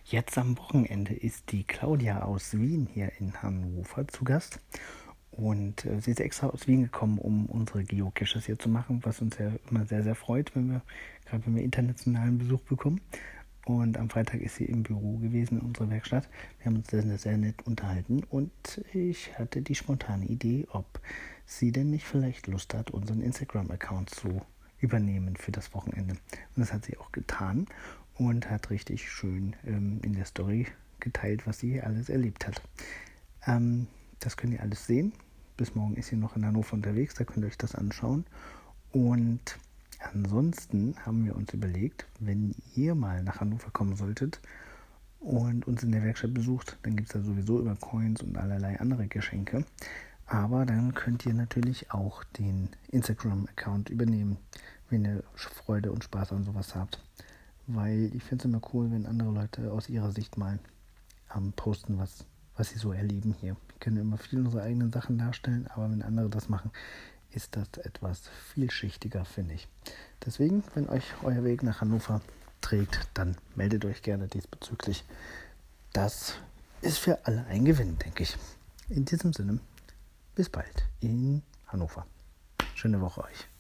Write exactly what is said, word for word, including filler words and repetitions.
Jetzt am Wochenende ist die Claudia aus Wien hier in Hannover zu Gast. Und äh, sie ist extra aus Wien gekommen, um unsere Geocaches hier zu machen, was uns ja immer sehr, sehr freut, wenn wir, gerade wenn wir internationalen Besuch bekommen. Und am Freitag ist sie im Büro gewesen in unserer Werkstatt. Wir haben uns sehr, sehr, sehr nett unterhalten und ich hatte die spontane Idee, ob sie denn nicht vielleicht Lust hat, unseren Instagram-Account zu übernehmen für das Wochenende. Und das hat sie auch getan und hat richtig schön ähm, in der Story geteilt, was sie hier alles erlebt hat. Ähm, das könnt ihr alles sehen. Bis morgen ist sie noch in Hannover unterwegs, da könnt ihr euch das anschauen. Und ansonsten haben wir uns überlegt, wenn ihr mal nach Hannover kommen solltet und uns in der Werkstatt besucht, dann gibt es da sowieso immer Coins und allerlei andere Geschenke. Aber dann könnt ihr natürlich auch den Instagram-Account übernehmen, wenn ihr Freude und Spaß an sowas habt. Weil ich finde es immer cool, wenn andere Leute aus ihrer Sicht mal ähm, posten, was, was sie so erleben hier. Wir können immer viel unsere eigenen Sachen darstellen, aber wenn andere das machen, ist das etwas vielschichtiger, finde ich. Deswegen, wenn euch euer Weg nach Hannover trägt, dann meldet euch gerne diesbezüglich. Das ist für alle ein Gewinn, denke ich. In diesem Sinne, bis bald in Hannover. Schöne Woche euch.